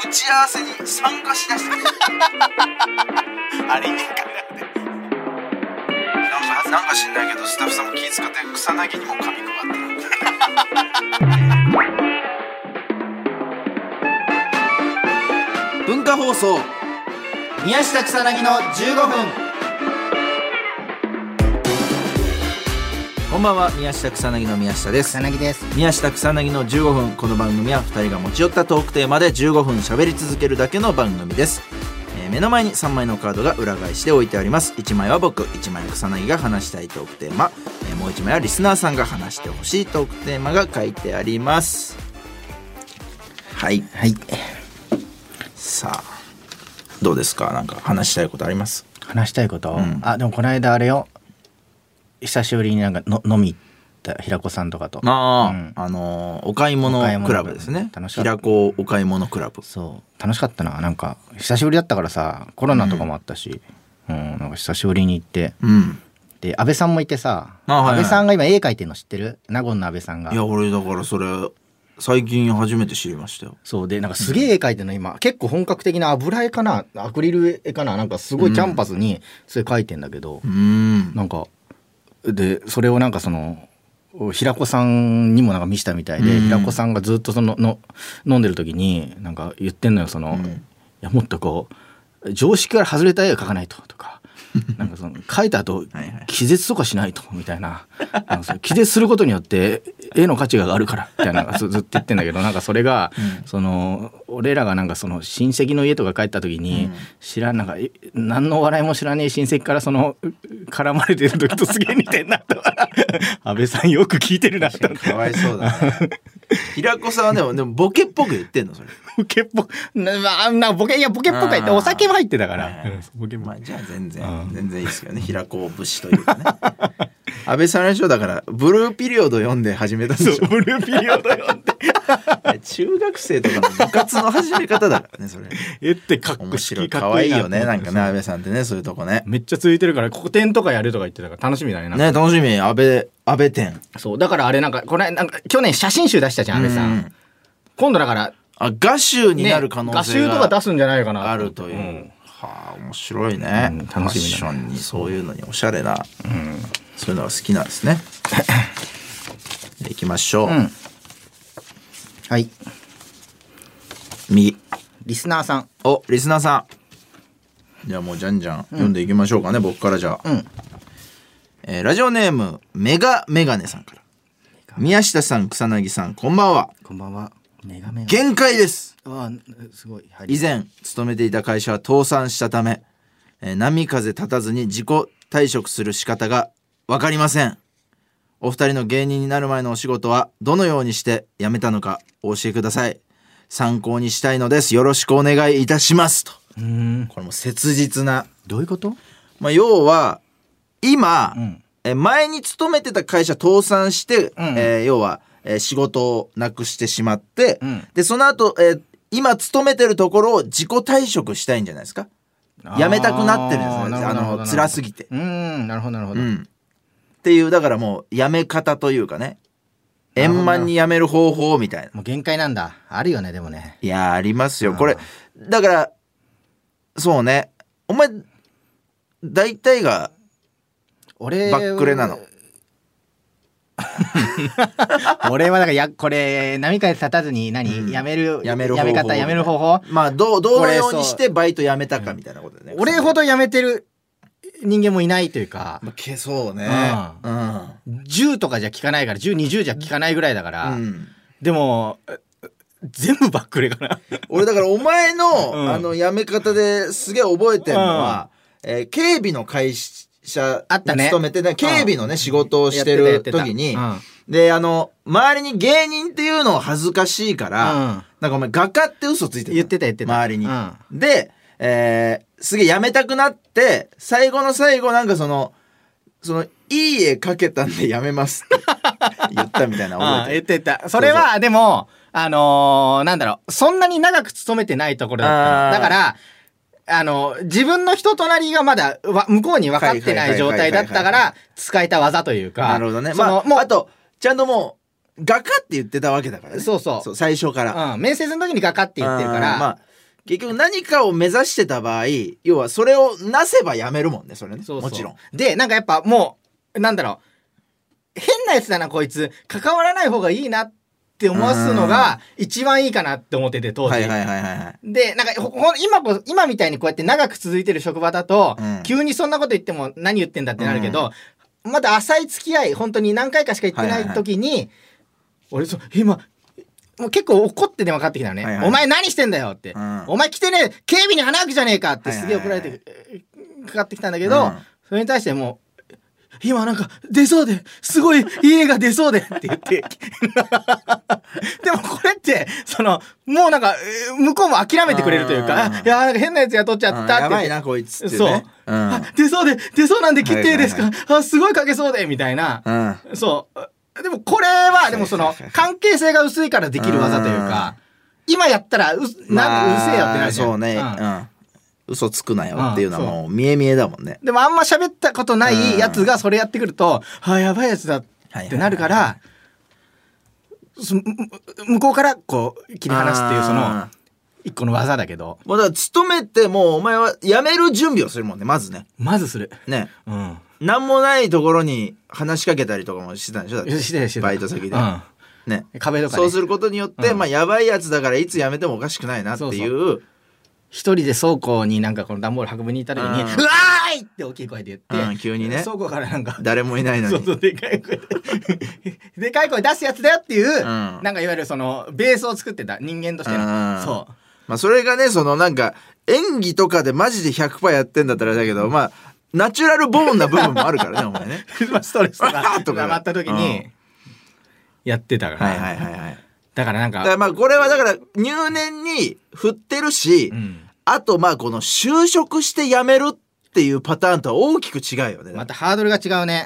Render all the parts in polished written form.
打ち合わせに参加しだしたあれ意味わかんなくて、なんか知んないけどスタッフさんも気遣って草薙にも紙配ってる文化放送宮下草薙の15分。こんばんは、宮下草薙の宮下です。 草薙です。 宮下草薙の15分。この番組は2人が持ち寄ったトークテーマで15分喋り続けるだけの番組です。目の前に3枚のカードが裏返して置いてあります。1枚は僕、1枚草薙が話したいトークテーマ、もう1枚はリスナーさんが話してほしいトークテーマが書いてあります。はいはい。さあどうですか、なんか話したいことあります？ 話したいこと、あ、でもこの間あれよ、久しぶりになんか飲み行った平子さんとかと。 お買い物クラブですね。平子お買い物クラブ。 そう楽しかったな。なんか久しぶりだったからさ、コロナとかもあったし、なんか久しぶりに行って、で安倍さんもいてさ、安倍さんが今絵描いてるの知ってる？納言の安倍さんが。 いや俺だからそれ最近初めて知りましたよ。 そうで、なんかすげえ絵描いてるの今、結構本格的な油絵かな、アクリル絵かな、なんかすごいキャンパスにそれ描いてんだけど、なんかでそれをなんかその平子さんにもなんか見せたみたいで、平子さんがずっとその飲んでる時になんか言ってんのよ、その、いやもっとこう常識から外れた絵を描かないとかなんかその描いた後気絶とかしないとみたいな、なんか気絶することによって絵の価値が上がるからみたいなずっと言ってんだけど、なんかそれが、その俺らがなんかその親戚の家とか帰った時に、なんか何の笑いも知らねえ親戚からその絡まれてる時とすげえ似てんなと安倍さんよく聞いてるなと。 かわいそうだね平子さんはでもボケっぽく言ってんの？それボケっぽくボケっぽく言って、お酒も入ってたから、 まあじゃあ全然いいですけどね、平子節というかね安倍さんの人だからブルーピリオド読んで始めたんでしょ。 ブルーピリオド読んで中学生とかの部活の始め方だからねそれ。 ってかっこいい、 面白い、かわいいよね、なんかね安倍さんってね、そういうとこねめっちゃ続いてるから、古典とかやるとか言ってたから楽しみだね。 ね、楽しみ。安倍展。 そうだからあれなんかなんか去年写真集出したじゃん安倍さん。今度だから画集になる可能性が、 画集とか出すんじゃないかなあるという、はあ面白いね、楽しみだね。ファッションにそういうのにおしゃれな、そういうのが好きなんですねいきましょう、 はい、 右リスナーさん。 リスナーさん、じゃあもうじゃんじゃん読んでいきましょうかね、僕からじゃあ、ラジオネームメガメガネさんから。宮下さん、草薙さん、こんばんは。 こんばんは。メガメガネ。 限界です。 すごい。 以前勤めていた会社は倒産したため、波風立たずに自己退職する仕方が分かりません。お二人の芸人になる前のお仕事はどのようにして辞めたのかお教えください。参考にしたいのです。よろしくお願いいたしますと。これも切実な。 どういうこと？ 要は今、前に勤めてた会社倒産して、要は、仕事をなくしてしまって、でその後、今勤めてるところを自己退職したいんじゃないですか。辞めたくなってるんですね、辛すぎて。なるほどなるほど、っていう、だからもう辞め方というかね、円満に辞める方法みたいな。 もう限界なんだ。あるよねでもね。 いやありますよこれ。だからそうね、お前大体が俺バックレなの俺はだからこれ波風立たずにやめる方法。 まあどのようにしてバイト辞めたかみたいなことでね。 俺ほど辞めてる人間もいないというか、 そうね、 10とかじゃ効かないから、10、20じゃ効かないぐらいだから、でも全部バックレかな俺だからお前の、辞め方ですげえ覚えてるのは、警備の会社に勤めてね、警備のね、仕事をしてる時に、で周りに芸人っていうの恥ずかしいから、なんかお前画家って嘘ついてた。 言ってた周りに、ですげえやめたくなって最後の最後なんかそのいい絵描けたんでやめますって言ったみたいな覚えてる。 言ってた。それはでもなんだろう、そんなに長く勤めてないところだったの。だから自分の人となりがまだ向こうに分かってない状態だったから使えた技というか。 なるほどね。もうあとちゃんともう画家って言ってたわけだからね。そう最初から、 面接の時に画家って言ってるから、 結局何かを目指してた場合、要はそれをなせばやめるもんね、それね。 そうそうもちろん。 で、なんかやっぱもう、なんだろう、変なやつだなこいつ、関わらない方がいいなって思わすのが一番いいかなって思ってて、当時。 はいはいはいはい。 で、なんか今みたいにこうやって長く続いてる職場だと、急にそんなこと言っても何言ってんだってなるけど、まだ浅い付き合い、本当に何回かしか言ってない時に、俺今、もう結構怒って電話かかってきたのね、はいはい、お前何してんだよって、お前来てね警備に花開くじゃねえかってすげえ怒られてかかってきたんだけど、それに対してもう今なんか出そうですごい家が出そうでって言ってでもこれってもうなんか向こうも諦めてくれるというか、いやなんか変なやつ雇っちゃったってやばいなこいつってね、 そう、出そうなんで切っていいですか、すごいかけそうでみたいな、そうでもこれはでも関係性が薄いからできる技というか、今やったらうせえよってなるじゃん。 そうね、嘘つくなよっていうのはもう見え見えだもんね。 でもあんま喋ったことないやつがそれやってくると、やばいやつだってなるから、向こうからこう切り離すっていう一個の技だけど、 もうだから勤めてもお前は辞める準備をするもんね、まずね。 まずするね。なんもないところに話しかけたりとかもしてたんでしょ、だってしてバイト先で、ね、 壁とかね。 そうすることによって、やばいやつだからいつ辞めてもおかしくないなっていう。 一人で倉庫になんかこの段ボール運びに行った時に、うわーいって大きい声で言って、 急にね、 倉庫からなんか誰もいないのにそうでかい声でかい声出すやつだよっていう、なんかいわゆるベースを作ってた人間としての、そうそれがね、なんか演技とかでマジで 100% やってんだったらだけど、ナチュラルボーンな部分もあるからねお前ねストレスが溜まった時にやってたから、だからなんかこれはだから入念に振ってるし、あとこの就職して辞めるっていうパターンとは大きく違うよね。 またハードルが違うね。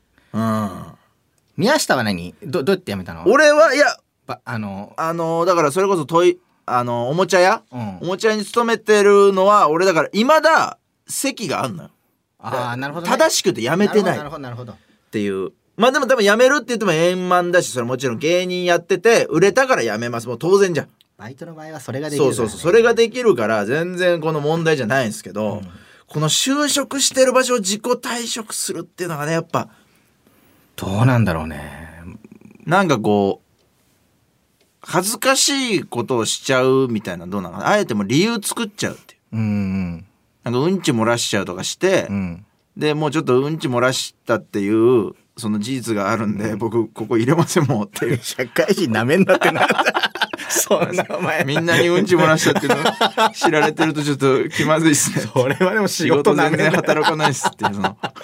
宮下はどうやって辞めたの？ 俺はいやだからそれこそおもちゃ屋、おもちゃ屋に勤めてるのは俺だから未だ席があんのよ。 なるほど、ね、 正しくて辞めてないっていう。でも多分辞めるって言っても円満だし、それもちろん芸人やってて売れたから辞めます、もう当然じゃん。 バイトの場合はそれができるから、ね、 そうそれができるから全然この問題じゃないんですけど、この就職してる場所を自己退職するっていうのがね、やっぱどうなんだろうね。 なんかこう恥ずかしいことをしちゃうみたいな、どうなのかな、あえても理由作っちゃうっていう、なんかうんち漏らしちゃうとかして、でもうちょっとうんち漏らしたっていうその事実があるんで、僕ここ入れませんもんっていう社会人なめんなってなそんなお前みんなにうんち漏らしたっていうの知られてるとちょっと気まずいっすね。 それはでも仕事全然働かないっすっていう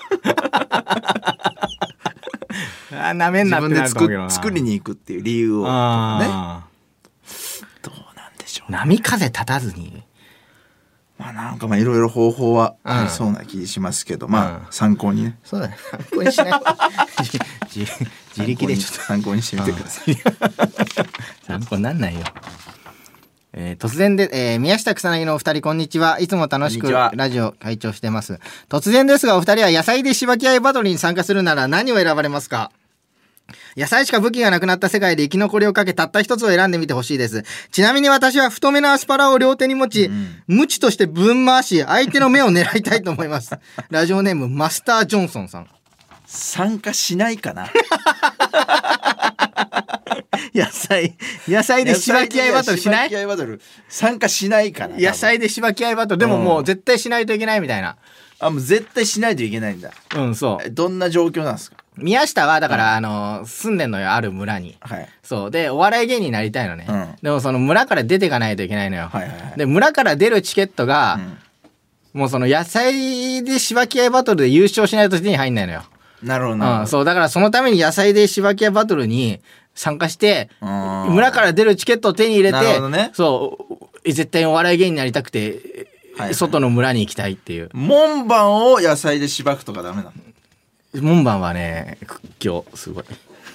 なめんなってなると思うけどな。 自分で作りに行くっていう理由をね。どうなんでしょう、ね、 波風立たずになんかいろいろ方法はありそうな気しますけど、参考にね。 そうだね、参考にしない自力でちょっと参考にしてみてください。 参考になんないよ。突然で、宮下草薙のお二人こんにちは。いつも楽しくラジオ拝聴してます。突然ですがお二人は野菜でしばき合いバトルに参加するなら何を選ばれますか？野菜しか武器がなくなった世界で生き残りをかけたった一つを選んでみてほしいです。ちなみに私は太めのアスパラを両手に持ち、鞭としてぶん回し相手の目を狙いたいと思います。ラジオネームマスター・ジョンソンさん。 参加しないかな野菜でしばき合いバトルしない？ 参加しないかな。 野菜でしばき合いバトルでももう絶対しないといけないみたいな。 もう絶対しないといけないんだ。 そう。 どんな状況なんですか？ 宮下はだから、住んでんのよ、ある村に。そうでお笑い芸人になりたいのね。でもその村から出てかないといけないのよ。で村から出るチケットが、もうその野菜でしばき合いバトルで優勝しないと手に入んないのよ。 なるほど。 そうだからそのために野菜でしばき合いバトルに参加して、村から出るチケットを手に入れて、そう絶対お笑い芸人になりたくて、外の村に行きたいっていう。 門番を野菜でしばくとかダメなの？ 門番はね屈強すごい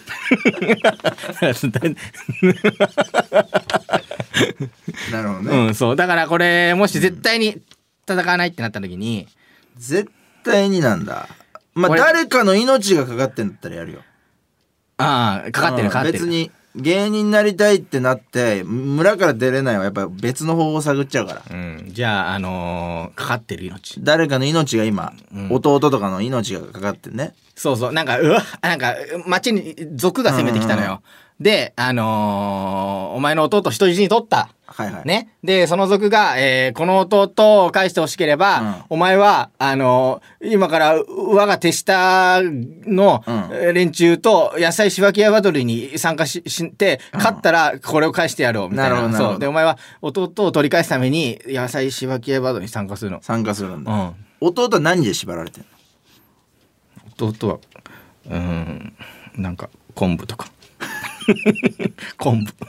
なるほどね。 そうだからこれもし絶対に戦わないってなった時に、 絶対になんだ。誰かの命がかかってんだったらやるよ。 かかってる。 別に芸人になりたいってなって村から出れないはやっぱ別の方法を探っちゃうから、 じゃあかかってる命、 誰かの命が今、弟とかの命がかかってね。 そうなんか町に賊が攻めてきたのよ、でお前の弟人質に取った、ね、でその族が、この弟を返してほしければ、お前は今から我が手下の連中と野菜仕分け屋バトルに参加して、勝ったらこれを返してやろうみたいな。そうでお前は弟を取り返すために野菜仕分け屋バトルに参加するんだ、 弟は何で縛られてんの？弟はなんか昆布とか昆布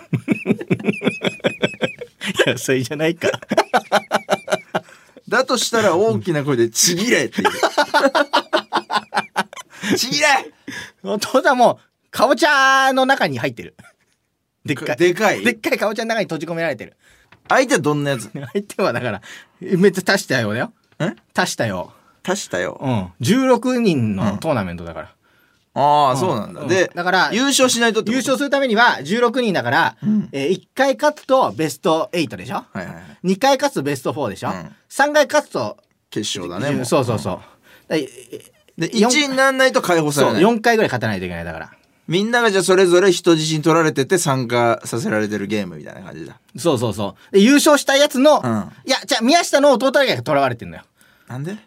野菜じゃないかだとしたら大きな声でちぎれって言うちぎれ。 弟はもうかぼちゃの中に入ってる。でっかいかぼちゃの中に閉じ込められてる。 相手はどんなやつ？ 相手はだからめっちゃ足したよだよ。足したよ。16人のトーナメントだから、 そうなんだ、でだから優勝しないとってこと？ 優勝するためには16人だから、1回勝つとベスト8でしょ、2回勝つとベスト4でしょ、3回勝つと決勝だね。もうそう、 で1位にならないと解放されない。 そう4回ぐらい勝たないといけない。だからみんながじゃあそれぞれ人質に取られてて参加させられてるゲームみたいな感じだ。 そうで優勝したやつの、いやじゃあ宮下の弟だけが囚われてんのよ。 なんで？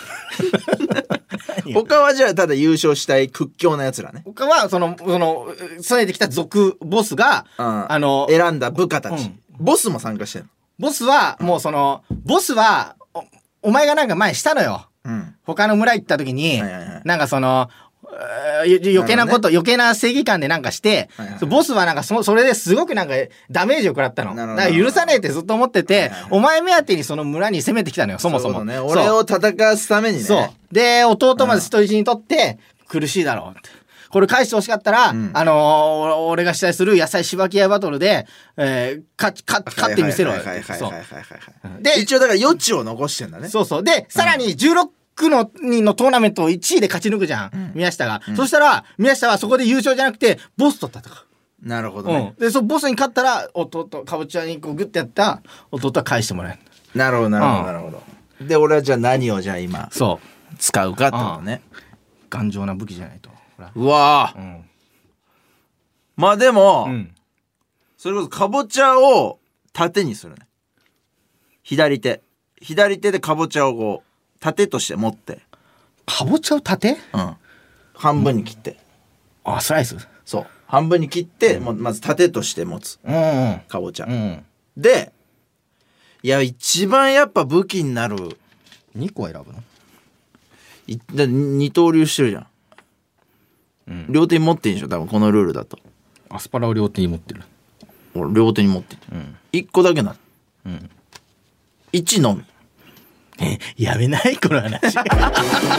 他はじゃあただ優勝したい屈強なやつらね。 他はその攻めてきた族ボスが、 選んだ部下たち、ボスも参加してるの？ ボスはもうボスはお前がなんか前したのよ、他の村行った時に、なんか余計なこと、余計な正義感でなんかして、ボスはなんかそれですごくなんかダメージを食らったの。だから許さねえってずっと思ってて、お前目当てにその村に攻めてきたのよ、そもそも。 ね、俺を戦わすためにね。 そう。で、弟まで人質にとって苦しいだろうって。これ返してほしかったら、俺が主催する野菜仕分け屋バトルで、勝ってみせろ。 で、一応だから余地を残してんだね。 そう。で、さらに16人のトーナメントを1位で勝ち抜くじゃん、宮下が。そしたら宮下はそこで優勝じゃなくてボスと戦う。 なるほどね。 でボスに勝ったらかぼちゃにこうグッてやった弟は返してもらえる。 なるほど。で俺はじゃあ何をじゃあ今使うかってことね。 頑丈な武器じゃないと。 うわまあでも、それこそかぼちゃを盾にするね。左手でかぼちゃをこう盾として持って。 かぼちゃを盾？ 半分に切って、 スライス。 そう半分に切って、まず盾として持つ、かぼちゃ、でいや一番やっぱ武器になる 2個選ぶの？ 二刀流してるじゃん、両手に持ってんでしょ多分このルールだと。 アスパラを両手に持ってる。 俺両手に持ってる、1個だけなる、1のみ。 やめないこの話なんか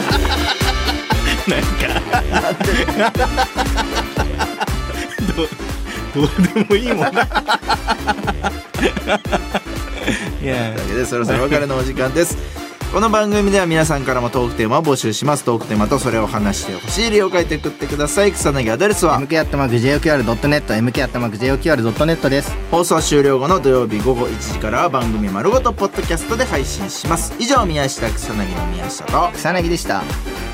どうでもいいもんないやというわけでそろそろお別れのお時間です。この番組では皆さんからもトークテーマを募集します。トークテーマとそれを話してほしい理由を書いて送ってください。草薙アドレスは mk@joqr.net mk@joqr.net です。 放送終了後の土曜日午後1時からは番組丸ごとポッドキャストで配信します。以上宮下草薙の宮下と草薙でした。